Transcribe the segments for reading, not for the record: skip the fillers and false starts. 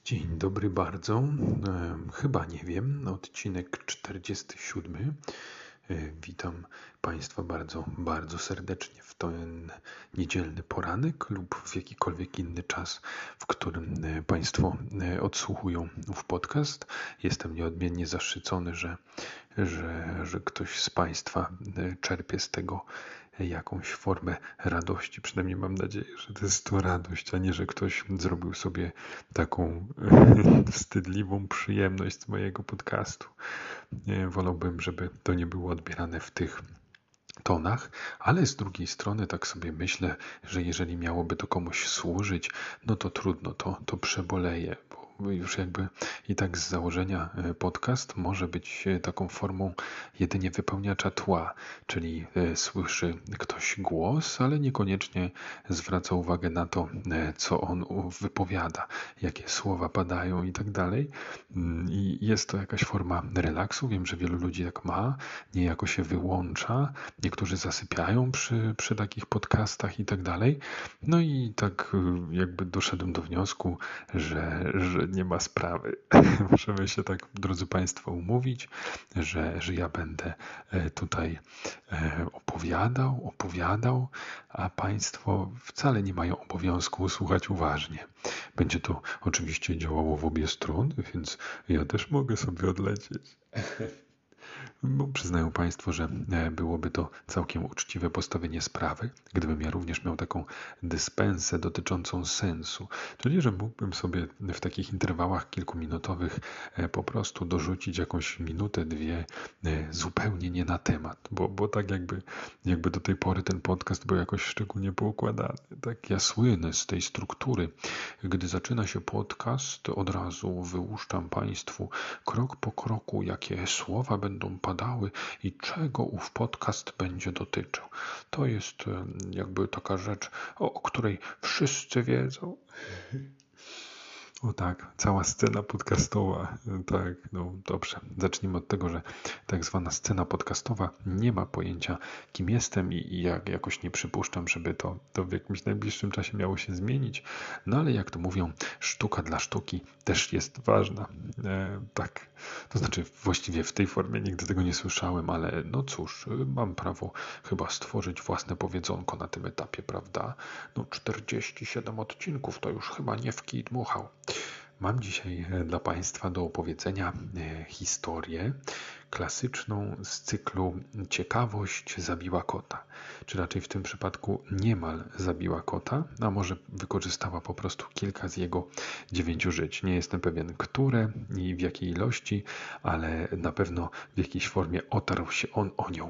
Dzień dobry bardzo. Chyba nie wiem, odcinek 47. Witam Państwa bardzo, bardzo serdecznie w ten niedzielny poranek lub w jakikolwiek inny czas, w którym Państwo odsłuchują ów podcast. Jestem nieodmiennie zaszczycony, że ktoś z Państwa czerpie z tego jakąś formę radości. Przynajmniej mam nadzieję, że to jest to radość, a nie, że ktoś zrobił sobie taką wstydliwą przyjemność z mojego podcastu. Wolałbym, żeby to nie było odbierane w tych tonach, ale z drugiej strony tak sobie myślę, że jeżeli miałoby to komuś służyć, no to trudno, to przeboleje, bo już jakby i tak z założenia podcast może być taką formą jedynie wypełniacza tła, czyli słyszy ktoś głos, ale niekoniecznie zwraca uwagę na to, co on wypowiada, jakie słowa padają i tak dalej. I jest to jakaś forma relaksu. Wiem, że wielu ludzi tak ma, niejako się wyłącza, niektórzy zasypiają przy takich podcastach i tak dalej. No i tak jakby doszedłem do wniosku, że nie ma sprawy. Możemy się tak, drodzy Państwo, umówić, że ja będę tutaj opowiadał, a Państwo wcale nie mają obowiązku słuchać uważnie. Będzie to oczywiście działało w obie strony, więc ja też mogę sobie odlecieć. Bo przyznają Państwo, że byłoby to całkiem uczciwe postawienie sprawy, gdybym ja również miał taką dyspensę dotyczącą sensu. Czyli, że mógłbym sobie w takich interwałach kilkuminutowych po prostu dorzucić jakąś minutę, dwie zupełnie nie na temat, bo tak jakby do tej pory ten podcast był jakoś szczególnie poukładany. Tak ja słynę z tej struktury. Gdy zaczyna się podcast, od razu wyłuszczam Państwu krok po kroku, jakie słowa będą padały i czego ów podcast będzie dotyczył. To jest jakby taka rzecz, o której wszyscy wiedzą. O tak, cała scena podcastowa. Tak, no dobrze. Zacznijmy od tego, że tak zwana scena podcastowa nie ma pojęcia, kim jestem i jakoś nie przypuszczam, żeby to w jakimś najbliższym czasie miało się zmienić. No ale jak to mówią, sztuka dla sztuki też jest ważna. Tak, to znaczy właściwie w tej formie nigdy tego nie słyszałem, ale no cóż, mam prawo chyba stworzyć własne powiedzonko na tym etapie, prawda? No 47 odcinków to już chyba nie w kij dmuchał. Mam dzisiaj dla Państwa do opowiedzenia historię klasyczną z cyklu Ciekawość zabiła kota, czy raczej w tym przypadku niemal zabiła kota, a może wykorzystała po prostu kilka z jego 9 żyć. Nie jestem pewien, które i w jakiej ilości, ale na pewno w jakiejś formie otarł się on o nią.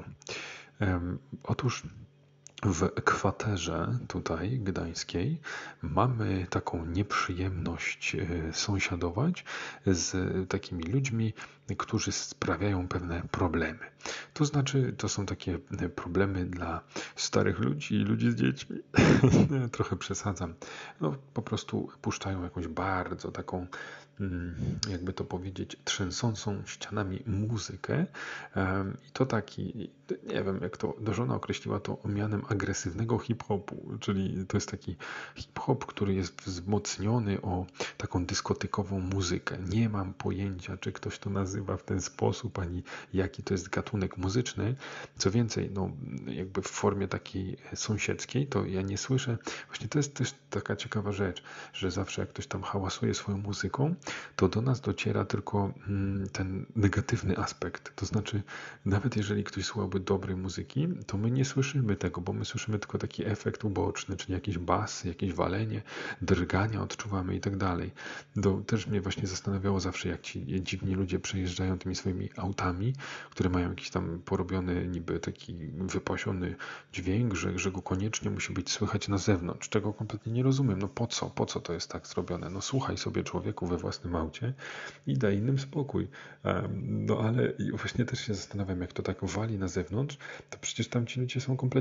Otóż w kwaterze tutaj gdańskiej mamy taką nieprzyjemność sąsiadować z takimi ludźmi, którzy sprawiają pewne problemy. To znaczy, to są takie problemy dla starych ludzi i ludzi z dziećmi. Trochę przesadzam. No, po prostu puszczają jakąś bardzo taką, jakby to powiedzieć, trzęsącą ścianami muzykę. I to taki, nie wiem jak to żona określiła to mianem agresywnego hip-hopu, czyli to jest taki hip-hop, który jest wzmocniony o taką dyskotykową muzykę. Nie mam pojęcia, czy ktoś to nazywa w ten sposób, ani jaki to jest gatunek muzyczny. Co więcej, no jakby w formie takiej sąsiedzkiej, to ja nie słyszę. Właśnie to jest też taka ciekawa rzecz, że zawsze jak ktoś tam hałasuje swoją muzyką, to do nas dociera tylko ten negatywny aspekt. To znaczy, nawet jeżeli ktoś słuchałby dobrej muzyki, to my nie słyszymy tego, bo my słyszymy tylko taki efekt uboczny, czyli jakiś bas, jakieś walenie, drgania odczuwamy i tak dalej. To też mnie właśnie zastanawiało zawsze, jak ci dziwni ludzie przejeżdżają tymi swoimi autami, które mają jakiś tam porobiony niby taki wypasiony dźwięk, że go koniecznie musi być słychać na zewnątrz, czego kompletnie nie rozumiem. No po co to jest tak zrobione? No słuchaj sobie człowieku we własnym aucie i daj innym spokój. No ale właśnie też się zastanawiam, jak to tak wali na zewnątrz, to przecież tam ci ludzie są kompletnie głusi.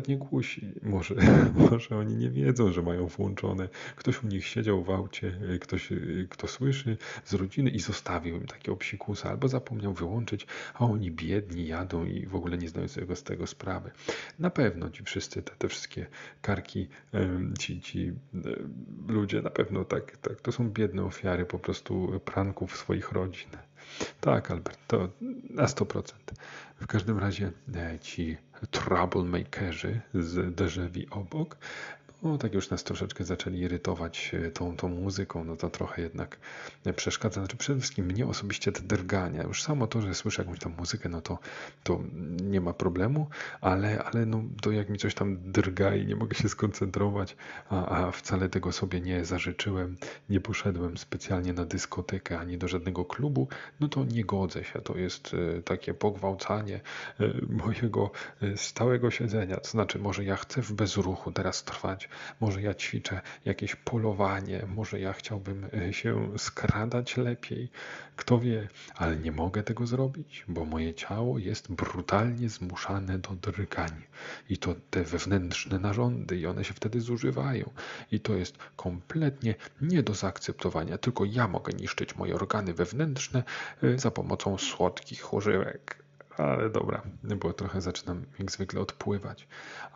może, może oni nie wiedzą, że mają włączone. Ktoś u nich siedział w aucie, ktoś, kto słyszy z rodziny i zostawił im takiego psikusa, albo zapomniał wyłączyć, a oni biedni jadą i w ogóle nie zdają sobie z tego sprawy. Na pewno ci wszyscy, te wszystkie karki, ci ludzie, na pewno tak, to są biedne ofiary po prostu pranków swoich rodzin. Tak, Albert, to na 100%. W każdym razie ci troublemakerzy z Deżewi obok, no tak już nas troszeczkę zaczęli irytować tą muzyką, no to trochę jednak przeszkadza. Znaczy przede wszystkim mnie osobiście te drgania. Już samo to, że słyszę jakąś tam muzykę, no to nie ma problemu, ale no to jak mi coś tam drga i nie mogę się skoncentrować, a wcale tego sobie nie zażyczyłem, nie poszedłem specjalnie na dyskotekę ani do żadnego klubu, no to nie godzę się. To jest takie pogwałcanie mojego stałego siedzenia. To znaczy, może ja chcę w bezruchu teraz trwać, może ja ćwiczę jakieś polowanie, może ja chciałbym się skradać lepiej, kto wie, ale nie mogę tego zrobić, bo moje ciało jest brutalnie zmuszane do drgań. I to te wewnętrzne narządy, i one się wtedy zużywają. I to jest kompletnie nie do zaakceptowania. Tylko ja mogę niszczyć moje organy wewnętrzne za pomocą słodkich używek. Ale dobra, bo trochę zaczynam jak zwykle odpływać.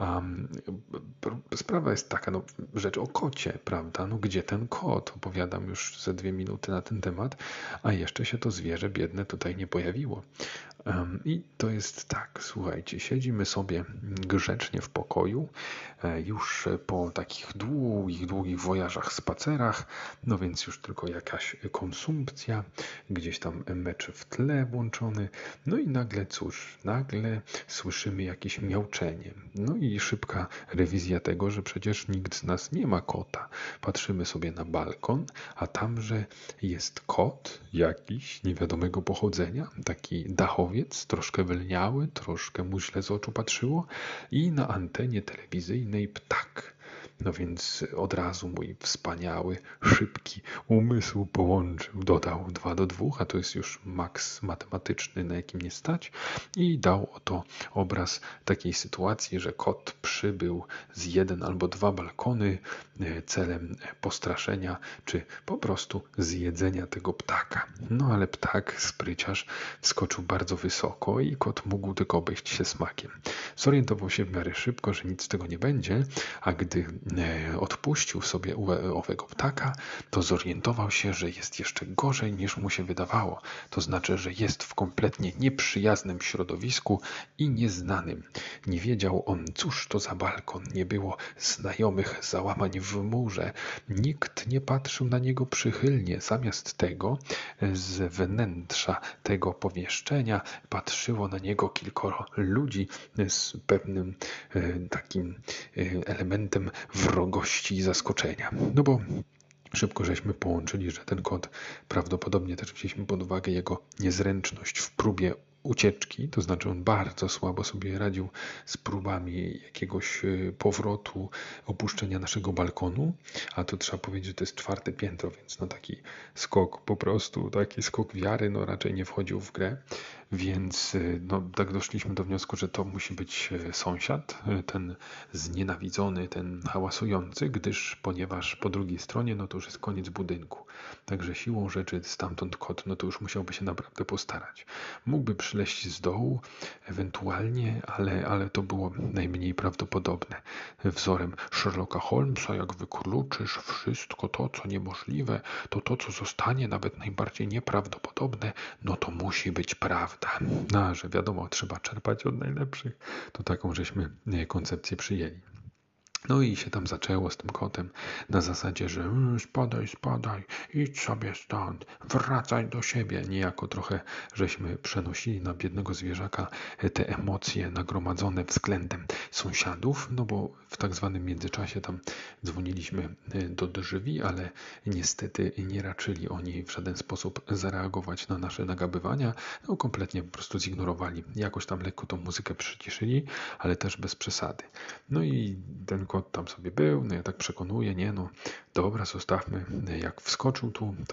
Sprawa jest taka, no rzecz o kocie, prawda? No gdzie ten kot? Opowiadam już ze 2 minuty na ten temat, a jeszcze się to zwierzę biedne tutaj nie pojawiło. I to jest tak, słuchajcie, siedzimy sobie grzecznie w pokoju, już po takich długich wojażach, spacerach, no więc już tylko jakaś konsumpcja, gdzieś tam mecz w tle włączony, no i nagle słyszymy jakieś miauczenie. No i szybka rewizja tego, że przecież nikt z nas nie ma kota. Patrzymy sobie na balkon, a tamże jest kot jakiś niewiadomego pochodzenia, taki dachowiec, troszkę wylniały, troszkę mu źle z oczu patrzyło i na antenie telewizyjnej ptak. No więc od razu mój wspaniały, szybki umysł połączył, dodał 2 do 2, a to jest już maks matematyczny, na jakim nie stać, i dał oto obraz takiej sytuacji, że kot przybył z 1 albo 2 balkony celem postraszenia, czy po prostu zjedzenia tego ptaka. No ale ptak, spryciarz, wskoczył bardzo wysoko i kot mógł tylko obejść się smakiem. Zorientował się w miarę szybko, że nic z tego nie będzie, a gdy odpuścił sobie owego ptaka, to zorientował się, że jest jeszcze gorzej niż mu się wydawało. To znaczy, że jest w kompletnie nieprzyjaznym środowisku i nieznanym. Nie wiedział on, cóż to za balkon, nie było znajomych załamań w murze. Nikt nie patrzył na niego przychylnie. Zamiast tego z wnętrza tego pomieszczenia patrzyło na niego kilkoro ludzi z pewnym takim elementem wrogości i zaskoczenia. No bo szybko żeśmy połączyli, że ten kot, prawdopodobnie też wzięliśmy pod uwagę jego niezręczność w próbie ucieczki, to znaczy on bardzo słabo sobie radził z próbami jakiegoś powrotu, opuszczenia naszego balkonu, a to trzeba powiedzieć, że to jest 4. piętro, więc no taki skok po prostu, taki skok wiary, no raczej nie wchodził w grę, więc no tak doszliśmy do wniosku, że to musi być sąsiad, ten znienawidzony, ten hałasujący, ponieważ po drugiej stronie no to już jest koniec budynku, także siłą rzeczy stamtąd kot, no to już musiałby się naprawdę postarać. Mógłby przyleść z dołu, ewentualnie, ale to było najmniej prawdopodobne. Wzorem Sherlocka Holmesa, jak wykluczysz wszystko to, co niemożliwe, to co zostanie nawet najbardziej nieprawdopodobne, no to musi być prawda. No, a że wiadomo, trzeba czerpać od najlepszych, to taką żeśmy koncepcję przyjęli. No i się tam zaczęło z tym kotem na zasadzie, że spadaj, idź sobie stąd, wracaj do siebie. Niejako trochę żeśmy przenosili na biednego zwierzaka te emocje nagromadzone względem sąsiadów, no bo w tak zwanym międzyczasie tam dzwoniliśmy do drzwi, ale niestety nie raczyli oni w żaden sposób zareagować na nasze nagabywania, no kompletnie po prostu zignorowali. Jakoś tam lekko tą muzykę przyciszyli, ale też bez przesady. No i ten kot tam sobie był, no ja tak przekonuję, nie no, dobra, zostawmy, jak wskoczył tu, to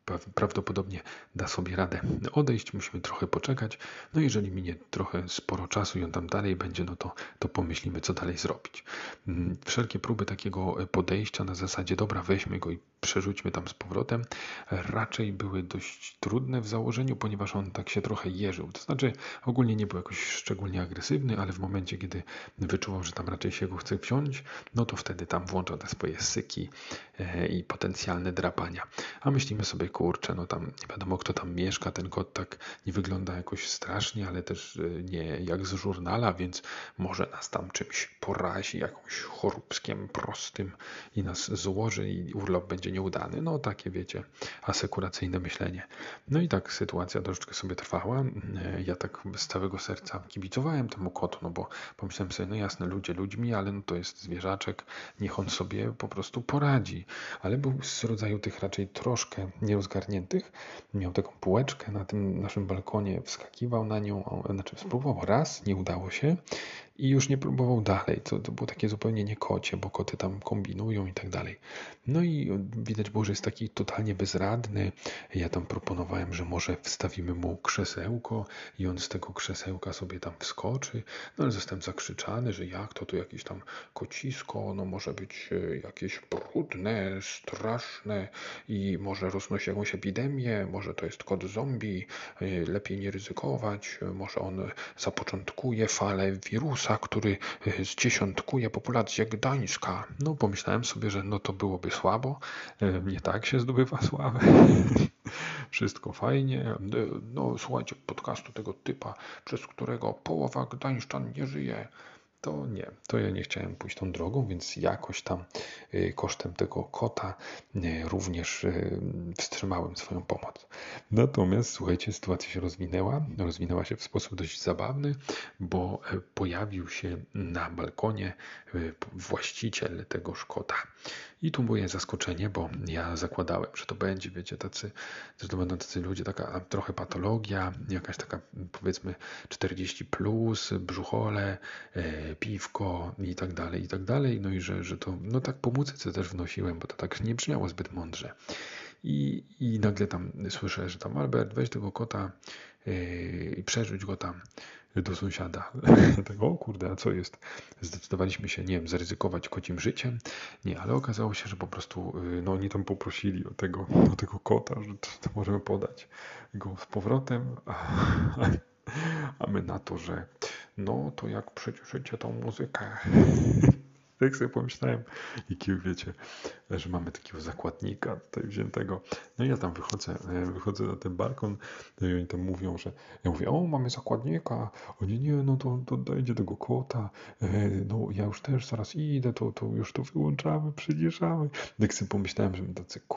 prawdopodobnie da sobie radę odejść, musimy trochę poczekać. No jeżeli minie trochę sporo czasu i on tam dalej będzie, no to pomyślimy, co dalej zrobić. Wszelkie próby takiego podejścia na zasadzie, dobra, weźmy go i przerzućmy tam z powrotem, raczej były dość trudne w założeniu, ponieważ on tak się trochę jeżył. To znaczy ogólnie nie był jakoś szczególnie agresywny, ale w momencie, kiedy wyczuwał, że tam raczej się go chce wziąć, no to wtedy tam włączał te swoje syki i potencjalne drapania. A myślimy sobie, kurczę, no tam nie wiadomo kto tam mieszka, ten kot tak nie wygląda jakoś strasznie, ale też nie jak z żurnala, więc może nas tam czymś porazi, jakimś choróbskiem prostym i nas złoży i urlop będzie nieudany. No takie wiecie, asekuracyjne myślenie. No i tak sytuacja troszeczkę sobie trwała. Ja tak z całego serca kibicowałem temu kotu, no bo pomyślałem sobie, no jasne, ludzie ludźmi, ale no to jest zwierzaczek, niech on sobie po prostu poradzi. Ale był z rodzaju tych raczej troszkę nierozgarniętych. Miał taką półeczkę na tym naszym balkonie, wskakiwał na nią, znaczy spróbował raz, nie udało się i już nie próbował dalej. To było takie zupełnie nie kocie, bo koty tam kombinują i tak dalej. No i widać było, że jest taki totalnie bezradny. Ja tam proponowałem, że może wstawimy mu krzesełko i on z tego krzesełka sobie tam wskoczy. No ale zostałem zakrzyczany, że jak to tu jakieś tam kocisko, no może być jakieś brudne, straszne i może roznosi jakąś epidemię, może to jest kot zombie, lepiej nie ryzykować, może on zapoczątkuje falę wirusa, który zdziesiątkuje populację Gdańska. No pomyślałem sobie, że no to byłoby słabo, nie tak się zdobywa sławę. Wszystko fajnie. No słuchajcie, podcastu tego typa, przez którego połowa gdańszczan nie żyje. To nie, to ja nie chciałem pójść tą drogą, więc jakoś tam kosztem tego kota również wstrzymałem swoją pomoc. Natomiast, słuchajcie, sytuacja się rozwinęła się w sposób dość zabawny, bo pojawił się na balkonie właściciel tegoż kota. I tu moje zaskoczenie, bo ja zakładałem, że to będzie, wiecie, że to będą tacy ludzie, taka trochę patologia, jakaś taka powiedzmy 40 plus, brzuchole, piwko i tak dalej, i tak dalej. No i że to, no tak po muzyce też wnosiłem, bo to tak nie brzmiało zbyt mądrze. I nagle tam słyszę, że tam Albert, weź tego kota i przerzuć go tam do sąsiada. Tak, o kurde, a co jest? Zdecydowaliśmy się, nie wiem, zaryzykować kocim życiem. Nie, ale okazało się, że po prostu no oni tam poprosili o tego kota, że to możemy podać go z powrotem. A my na to, że no to jak przyciszycie tą muzykę. Tak sobie pomyślałem, jakiego wiecie, że mamy takiego zakładnika tutaj wziętego. No i ja tam wychodzę na ten balkon, no i oni tam mówią, że ja mówię, o mamy zakładnika, o nie, no to dajcie tego kota, no ja już też zaraz idę, to już to wyłączamy, przyciszamy. Tak sobie pomyślałem, że my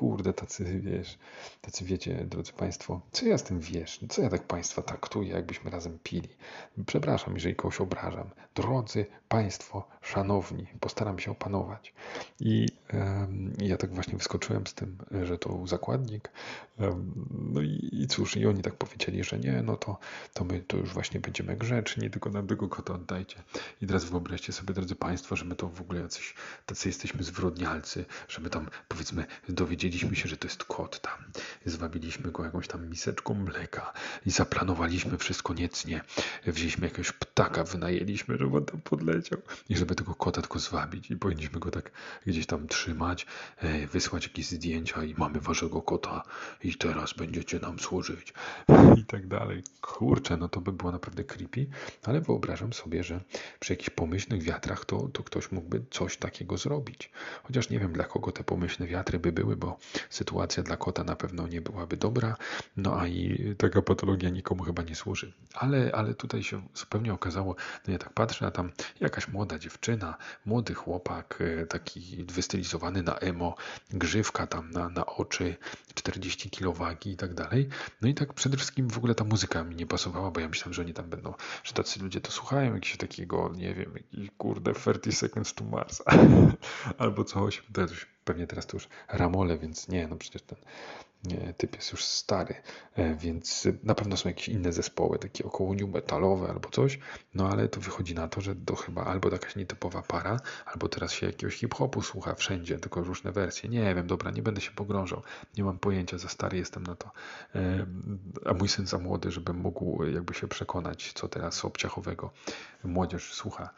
tacy wiecie, drodzy Państwo, co ja z tym wiesz, co ja tak Państwa traktuję, jakbyśmy razem pili. Przepraszam, jeżeli kogoś obrażam. Drodzy Państwo, szanowni, postaram się opanować. I ja tak właśnie wyskoczyłem z tym, że to zakładnik. No i cóż, i oni tak powiedzieli, że nie, no to my to już właśnie będziemy grzeczni, tylko nam tego kota oddajcie. I teraz wyobraźcie sobie, drodzy Państwo, że my to w ogóle tacy jesteśmy zwyrodnialcy, że my tam powiedzmy dowiedzieliśmy się, że to jest kot tam. Zwabiliśmy go jakąś tam miseczką mleka i zaplanowaliśmy wszystko niecnie. Wzięliśmy jakiegoś ptaka, wynajęliśmy, żeby on tam podleciał i żeby tego kota tylko zwabić i powinniśmy go tak gdzieś tam trzymać, wysłać jakieś zdjęcia i mamy waszego kota i teraz będziecie nam służyć i tak dalej. Kurczę, no to by było naprawdę creepy, ale wyobrażam sobie, że przy jakichś pomyślnych wiatrach to ktoś mógłby coś takiego zrobić. Chociaż nie wiem, dla kogo te pomyślne wiatry by były, bo sytuacja dla kota na pewno nie byłaby dobra, no a i taka patologia nikomu chyba nie służy. Ale tutaj się zupełnie okazało, no ja tak patrzę, a tam jakaś młoda dziewczyna, młody chłopak, taki wystylizowany na emo, grzywka tam na oczy, 40 kg wagi i tak dalej. No i tak przede wszystkim w ogóle ta muzyka mi nie pasowała, bo ja myślałem, że oni tam będą, że tacy ludzie to słuchają jakiegoś takiego, nie wiem, jakiś kurde 30 Seconds to Mars albo coś. Pewnie teraz to już Ramole, więc nie, no przecież ten typ jest już stary, więc na pewno są jakieś inne zespoły, takie około new metalowe albo coś, no ale to wychodzi na to, że to chyba albo jakaś nietypowa para, albo teraz się jakiegoś hip-hopu słucha wszędzie, tylko różne wersje. Nie wiem, dobra, nie będę się pogrążał, nie mam pojęcia, za stary jestem na to, a mój syn za młody, żebym mógł jakby się przekonać, co teraz obciachowego młodzież słucha.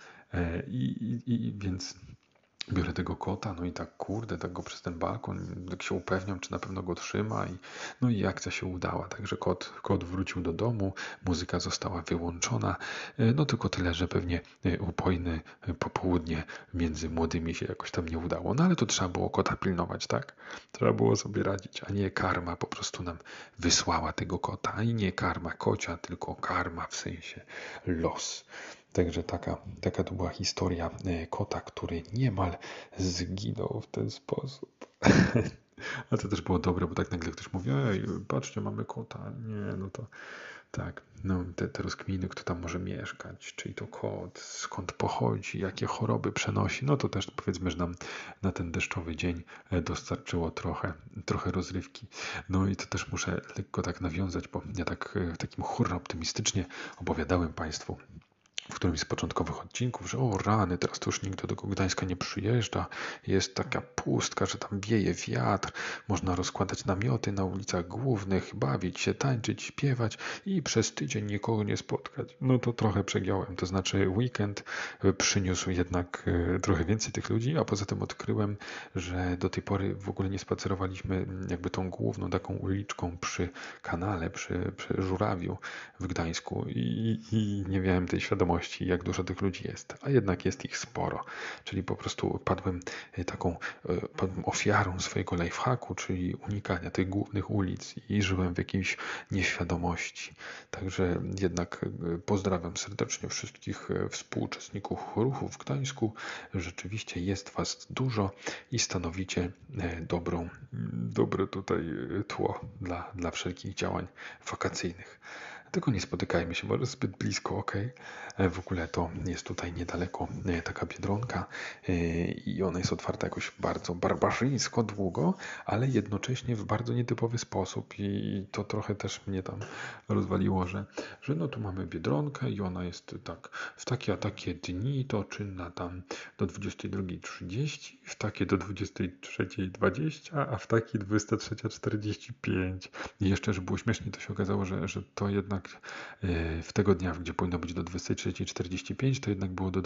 Więc biorę tego kota, no i tak kurde, tak go przez ten balkon, tak się upewniam, czy na pewno go trzyma no i akcja się udała. Także kot wrócił do domu, muzyka została wyłączona, no tylko tyle, że pewnie upojne popołudnie między młodymi się jakoś tam nie udało. No ale to trzeba było kota pilnować, tak? Trzeba było sobie radzić, a nie karma po prostu nam wysłała tego kota. I nie karma kocia, tylko karma w sensie los. Także taka to była historia kota, który niemal zginął w ten sposób. A to też było dobre, bo tak nagle ktoś mówi, ej, patrzcie, mamy kota. Nie, no to tak, no te rozkminy, kto tam może mieszkać, czyj to kot, skąd pochodzi, jakie choroby przenosi, no to też powiedzmy, że nam na ten deszczowy dzień dostarczyło trochę rozrywki. No i to też muszę lekko tak nawiązać, bo ja tak w takim hurra optymistycznie opowiadałem Państwu w którymś z początkowych odcinków, że o rany, teraz to już nikt do tego Gdańska nie przyjeżdża, jest taka pustka, że tam wieje wiatr, można rozkładać namioty na ulicach głównych, bawić się, tańczyć, śpiewać i przez tydzień nikogo nie spotkać. No to trochę przegiąłem, to znaczy weekend przyniósł jednak trochę więcej tych ludzi, a poza tym odkryłem, że do tej pory w ogóle nie spacerowaliśmy jakby tą główną taką uliczką przy kanale, przy Żurawiu w Gdańsku i nie miałem tej świadomości, jak dużo tych ludzi jest, a jednak jest ich sporo, czyli po prostu padłem ofiarą swojego lifehacku, czyli unikania tych głównych ulic i żyłem w jakiejś nieświadomości. Także jednak pozdrawiam serdecznie wszystkich współuczestników ruchu w Gdańsku. Rzeczywiście jest Was dużo i stanowicie dobre tutaj tło dla wszelkich działań wakacyjnych. Tylko nie spotykajmy się, może zbyt blisko, ok? W ogóle to jest tutaj niedaleko taka Biedronka i ona jest otwarta jakoś bardzo barbarzyńsko długo, ale jednocześnie w bardzo nietypowy sposób i to trochę też mnie tam rozwaliło, że no tu mamy Biedronkę i ona jest tak w takie a takie dni to czynna tam do 22:30, w takie do 23:20, a w takie 23:45. I jeszcze, że było śmiesznie, to się okazało, że to jednak w tego dnia, gdzie powinno być do 23:45, to jednak było do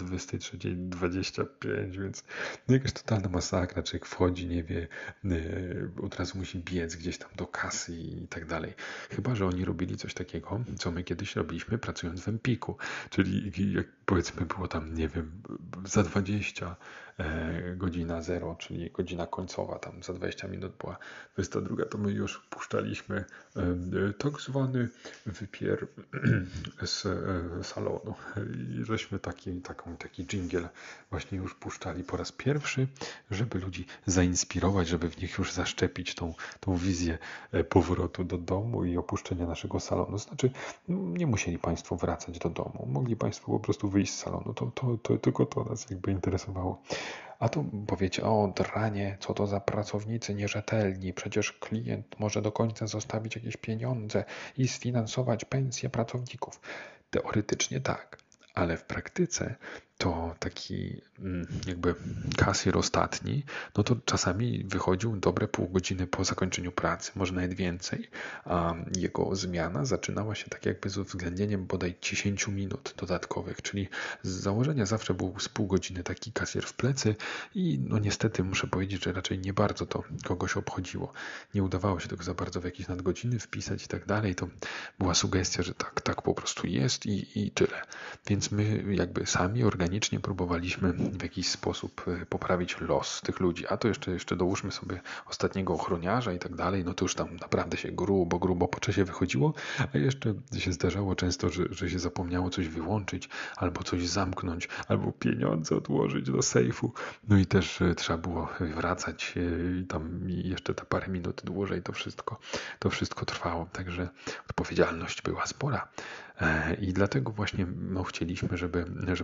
23:25, więc no jakaś totalna masakra. Człowiek wchodzi, nie wie, od razu musi biec gdzieś tam do kasy i tak dalej. Chyba że oni robili coś takiego, co my kiedyś robiliśmy pracując w Empiku, czyli jak powiedzmy było tam, nie wiem, za 20 godzina 0, czyli godzina końcowa, tam za 20 minut była 22, to my już puszczaliśmy tak zwany wypier z salonu. I żeśmy taki dżingiel właśnie już puszczali po raz pierwszy, żeby ludzi zainspirować, żeby w nich już zaszczepić tą wizję powrotu do domu i opuszczenia naszego salonu. Znaczy, nie musieli Państwo wracać do domu. Mogli Państwo po prostu wyjść z salonu. To tylko to nas jakby interesowało. A tu powiecie, o dranie, co to za pracownicy nierzetelni, przecież klient może do końca zostawić jakieś pieniądze i sfinansować pensje pracowników. Teoretycznie tak, ale w praktyce to taki jakby kasjer ostatni, no to czasami wychodził dobre pół godziny po zakończeniu pracy, może nawet więcej, a jego zmiana zaczynała się tak jakby z uwzględnieniem bodaj 10 minut dodatkowych, czyli z założenia zawsze był z pół godziny taki kasjer w plecy i no niestety muszę powiedzieć, że raczej nie bardzo to kogoś obchodziło. Nie udawało się tego za bardzo w jakieś nadgodziny wpisać i tak dalej, to była sugestia, że tak po prostu jest i tyle. Więc my jakby sami organicznie próbowaliśmy w jakiś sposób poprawić los tych ludzi, a to jeszcze dołóżmy sobie ostatniego ochroniarza i tak dalej, no to już tam naprawdę się grubo po czasie wychodziło, a jeszcze się zdarzało często, że się zapomniało coś wyłączyć, albo coś zamknąć, albo pieniądze odłożyć do sejfu, no i też trzeba było wracać i tam jeszcze te parę minut dłużej to wszystko trwało, także odpowiedzialność była spora. I dlatego właśnie chcieliśmy, żeby to zamykać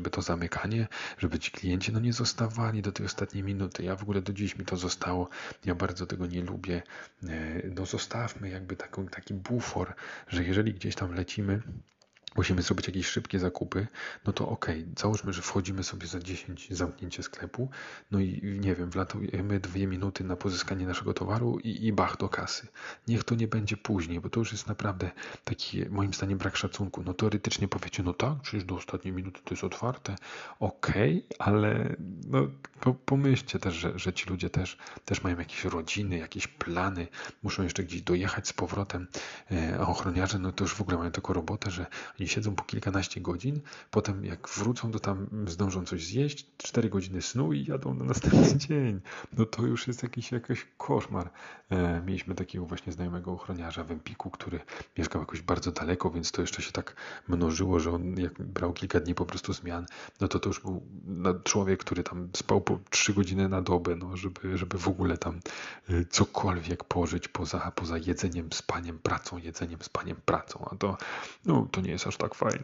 zamykanie, żeby ci klienci nie zostawali do tej ostatniej minuty. Ja w ogóle do dziś mi to zostało. Ja bardzo tego nie lubię. No zostawmy jakby taki bufor, że jeżeli gdzieś tam lecimy, musimy zrobić jakieś szybkie zakupy, no to okej, załóżmy, że wchodzimy sobie za 10 zamknięcie sklepu, no i nie wiem, wlatujemy 2 minuty na pozyskanie naszego towaru i bach do kasy. Niech to nie będzie później, bo to już jest naprawdę taki, moim zdaniem, brak szacunku. No teoretycznie powiecie, no tak, przecież do ostatniej minuty to jest otwarte. Okej, ale no pomyślcie też, że ci ludzie też mają jakieś rodziny, jakieś plany, muszą jeszcze gdzieś dojechać z powrotem, a ochroniarze, no to już w ogóle mają taką robotę, że oni siedzą po kilkanaście godzin, potem jak wrócą, to tam zdążą coś zjeść, 4 godziny snu i jadą na następny dzień. No to już jest jakiś koszmar. Mieliśmy takiego właśnie znajomego ochroniarza w Empiku, który mieszkał jakoś bardzo daleko, więc to jeszcze się tak mnożyło, że on jak brał kilka dni po prostu zmian, no to już był człowiek, który tam spał po 3 godziny na dobę, no żeby w ogóle tam cokolwiek pożyć poza jedzeniem, spaniem, pracą, jedzeniem, spaniem, pracą. A to nie jest aż tak fajne.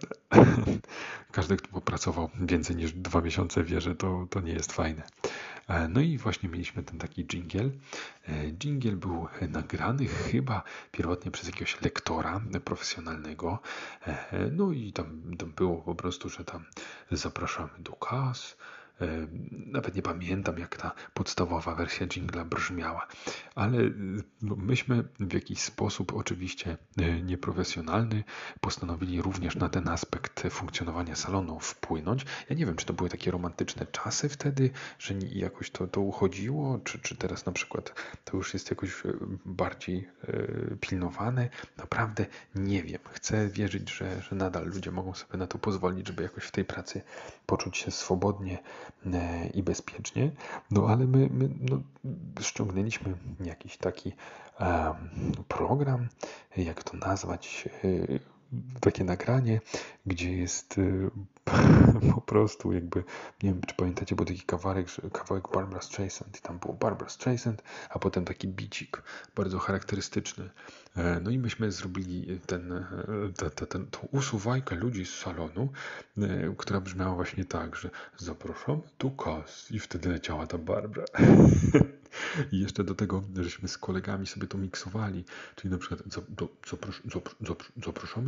Każdy, kto popracował więcej niż 2 miesiące, wie, że to nie jest fajne. No i właśnie mieliśmy ten taki dżingiel. Dżingiel był nagrany chyba pierwotnie przez jakiegoś lektora profesjonalnego. No i tam było po prostu, że tam zapraszamy do kas. Nawet nie pamiętam, jak ta podstawowa wersja dżingla brzmiała, ale myśmy w jakiś sposób, oczywiście nieprofesjonalny, postanowili również na ten aspekt funkcjonowania salonu wpłynąć. Ja nie wiem, czy to były takie romantyczne czasy wtedy, że jakoś to uchodziło, czy teraz na przykład to już jest jakoś bardziej pilnowane. Naprawdę nie wiem. Chcę wierzyć, że nadal ludzie mogą sobie na to pozwolić, żeby jakoś w tej pracy poczuć się swobodnie i bezpiecznie, no ale my ściągnęliśmy jakiś taki program, jak to nazwać, takie nagranie, gdzie jest po prostu jakby, nie wiem, czy pamiętacie, był taki kawałek Barbra Streisand i tam było Barbra Streisand, a potem taki bicik bardzo charakterystyczny. No i myśmy zrobili tą usuwajkę ludzi z salonu, która brzmiała właśnie tak, że zapraszamy tu kas i wtedy leciała ta Barbara. I jeszcze do tego, żeśmy z kolegami sobie to miksowali, czyli na przykład zapraszamy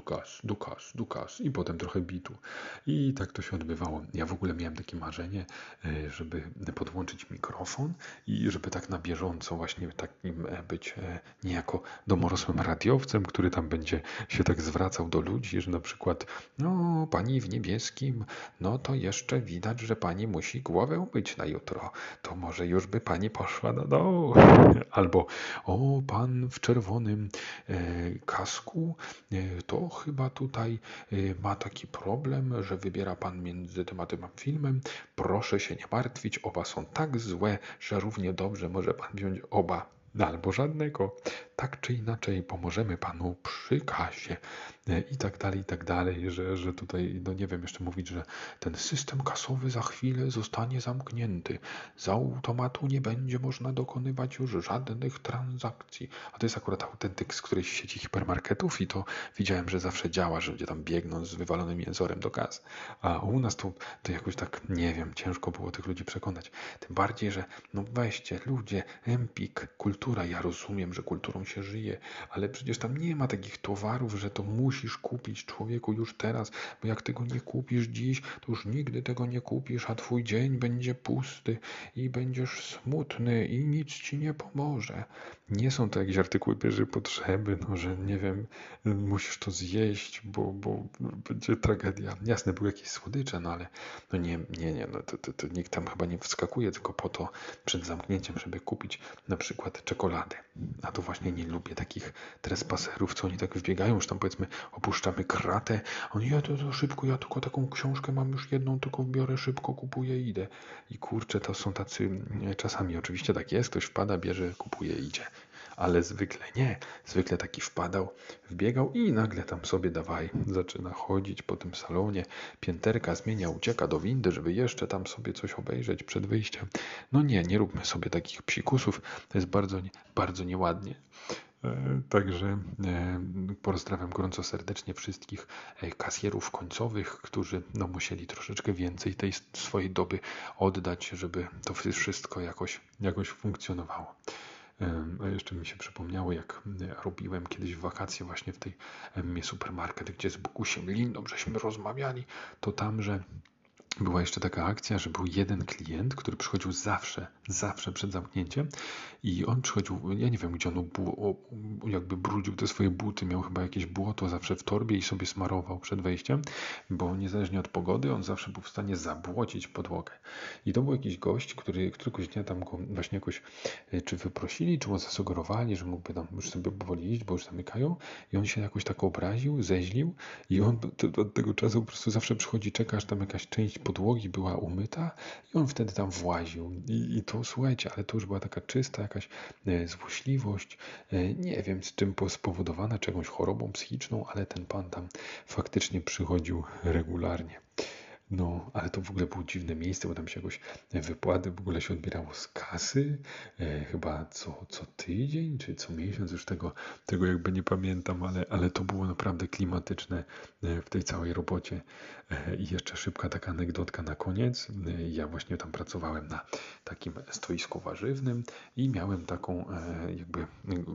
do kas i potem trochę bitu. I tak to się odbywało. Ja w ogóle miałem takie marzenie, żeby podłączyć mikrofon i żeby tak na bieżąco właśnie takim być niejako domorosłym radiowcem, który tam będzie się tak zwracał do ludzi, że na przykład no pani w niebieskim, no to jeszcze widać, że pani musi głowę myć na jutro. To może już by pani poszła do dołu. Albo o, pan w czerwonym kasku, to chyba tutaj ma taki problem, że wybiera pan między tym a tym filmem. Proszę się nie martwić, oba są tak złe, że równie dobrze może pan wziąć oba. Albo żadnego. Tak czy inaczej pomożemy panu przy kasie i tak dalej, że tutaj, no nie wiem, jeszcze mówić, że ten system kasowy za chwilę zostanie zamknięty. Z automatu nie będzie można dokonywać już żadnych transakcji. A to jest akurat autentyk z którejś sieci hipermarketów i to widziałem, że zawsze działa, że ludzie tam biegną z wywalonym jęzorem do kas. A u nas to jakoś tak, nie wiem, ciężko było tych ludzi przekonać. Tym bardziej, że no weźcie, ludzie, Empik, kultura, ja rozumiem, że kulturą się żyje, ale przecież tam nie ma takich towarów, że to musisz kupić człowieku już teraz, bo jak tego nie kupisz dziś, to już nigdy tego nie kupisz, a twój dzień będzie pusty i będziesz smutny i nic ci nie pomoże. Nie są to jakieś artykuły pierwszej potrzeby, no, że nie wiem, musisz to zjeść, bo będzie tragedia. Jasne, były jakieś słodycze, no ale no nie, no to nikt tam chyba nie wskakuje tylko po to przed zamknięciem, żeby kupić na przykład czekoladę. A to właśnie nie lubię takich trespaserów, co oni tak wbiegają, już tam powiedzmy opuszczamy kratę, oni ja to szybko, ja tylko taką książkę mam już jedną, tylko biorę szybko, kupuję i idę. I kurczę, to są tacy, czasami oczywiście tak jest, ktoś wpada, bierze, kupuje, idzie. Ale zwykle nie. Zwykle taki wpadał, wbiegał i nagle tam sobie dawaj, zaczyna chodzić po tym salonie, pięterka zmienia, ucieka do windy, żeby jeszcze tam sobie coś obejrzeć przed wyjściem. No nie róbmy sobie takich psikusów, to jest bardzo nieładnie. Także pozdrawiam gorąco serdecznie wszystkich kasjerów końcowych, którzy no, musieli troszeczkę więcej tej swojej doby oddać, żeby to wszystko jakoś funkcjonowało. A jeszcze mi się przypomniało, jak robiłem kiedyś w wakacje właśnie w tej supermarket, gdzie z Bogusiem Lindą żeśmy rozmawiali, to tam, że była jeszcze taka akcja, że był jeden klient, który przychodził zawsze przed zamknięciem i on przychodził, ja nie wiem gdzie on jakby brudził te swoje buty, miał chyba jakieś błoto zawsze w torbie i sobie smarował przed wejściem, bo niezależnie od pogody on zawsze był w stanie zabłocić podłogę. I to był jakiś gość, który któregoś dnia tam go właśnie jakoś czy wyprosili, czy mu zasugerowali, że mógłby tam już sobie powoli iść, bo już zamykają i on się jakoś tak obraził, zeźlił i on od tego czasu po prostu zawsze przychodzi, czeka, aż tam jakaś część podłogi była umyta i on wtedy tam właził. I to słuchajcie, ale to już była taka czysta jakaś złośliwość, nie wiem z czym spowodowana, czy jakąś chorobą psychiczną, ale ten pan tam faktycznie przychodził regularnie. No, ale to w ogóle było dziwne miejsce, bo tam się jakoś wypłaty w ogóle się odbierało z kasy, chyba co tydzień, czy co miesiąc, już tego jakby nie pamiętam, ale to było naprawdę klimatyczne w tej całej robocie. I jeszcze szybka taka anegdotka na koniec. Ja właśnie tam pracowałem na takim stoisku warzywnym i miałem taką jakby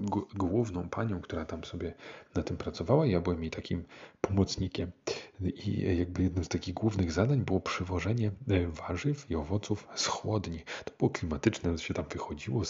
główną panią, która tam sobie na tym pracowała. Ja byłem jej takim pomocnikiem. I jakby jednym z takich głównych zadań było przywożenie warzyw i owoców z chłodni. To było klimatyczne, się tam wychodziło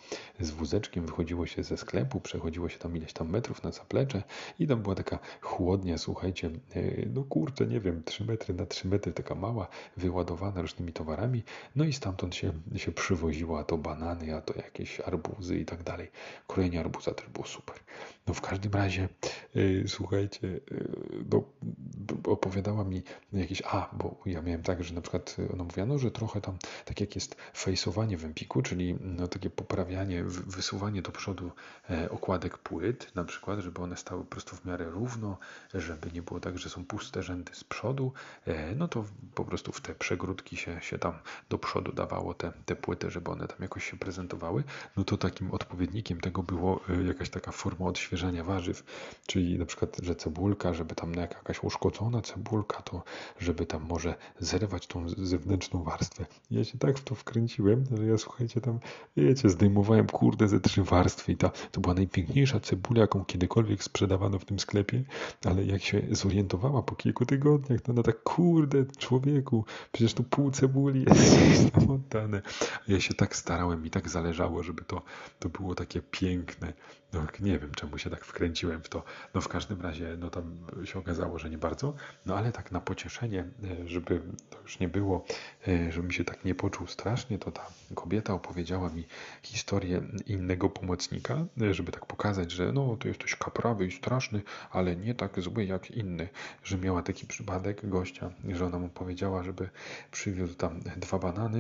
z wózeczkiem, wychodziło się ze sklepu, przechodziło się tam ileś tam metrów na zaplecze i tam była taka chłodnia, słuchajcie, no kurczę, nie wiem, 3 metry na 3 metry, taka mała, wyładowana różnymi towarami, no i stamtąd się przywoziło, a to banany, a to jakieś arbuzy i tak dalej. Krojenie arbuza też było super. No w każdym razie, słuchajcie, no, opowiadała mi jakieś, bo ja miałem tak, że na przykład ona mówiła, no, że trochę tam, tak jak jest fejsowanie w Empiku, czyli no, takie poprawianie, wysuwanie do przodu okładek płyt, na przykład, żeby one stały po prostu w miarę równo, żeby nie było tak, że są puste rzędy z przodu, no to po prostu w te przegródki się tam do przodu dawało te płyty, żeby one tam jakoś się prezentowały, no to takim odpowiednikiem tego było jakaś taka forma odświeżania warzyw, czyli na przykład, że cebulka, żeby tam jakaś uszkodzona cebulka, to żeby tam może zerwać tą zewnętrzną warstwę. Ja się tak w to wkręciłem, że ja słuchajcie tam, wiecie, zdejmowałem kurde ze 3 warstwy i to była najpiękniejsza cebula, jaką kiedykolwiek sprzedawano w tym sklepie, ale jak się zorientowała po kilku tygodniach, to ona tak, kurde człowieku, przecież tu pół cebuli jest tam oddane. Ja się tak starałem, mi tak zależało, żeby to było takie piękne. No, nie wiem, czemu się tak wkręciłem w to. No w każdym razie, no tam się okazało, że nie bardzo. No ale tak na pocieszenie, żeby to już nie było, żebym się tak nie poczuł strasznie, to ta kobieta opowiedziała mi historię innego pomocnika, żeby tak pokazać, że no to jesteś kaprawy i straszny, ale nie tak zły jak inny. Że miała taki przypadek gościa, że ona mu powiedziała, żeby przywiózł tam 2 banany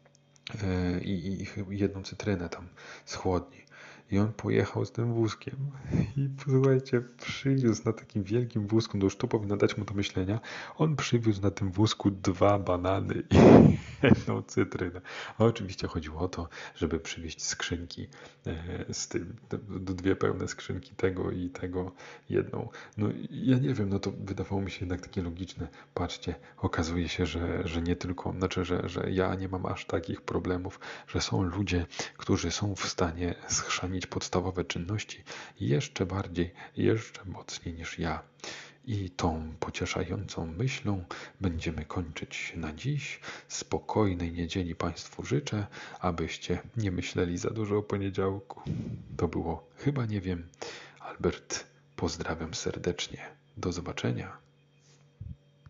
i jedną cytrynę tam z chłodni. I on pojechał z tym wózkiem i słuchajcie, przywiózł na takim wielkim wózku, no już to powinno dać mu do myślenia, on przywiózł na tym wózku 2 banany i jedną cytrynę. A oczywiście chodziło o to, żeby przywieźć skrzynki z tym, 2 pełne skrzynki tego i tego, jedną. No ja nie wiem, no to wydawało mi się jednak takie logiczne. Patrzcie, okazuje się, że nie tylko, znaczy, że ja nie mam aż takich problemów, że są ludzie, którzy są w stanie schrzanić podstawowe czynności jeszcze bardziej, jeszcze mocniej niż ja. I tą pocieszającą myślą będziemy kończyć na dziś. Spokojnej niedzieli Państwu życzę, abyście nie myśleli za dużo o poniedziałku. To było chyba nie wiem. Albert, pozdrawiam serdecznie. Do zobaczenia.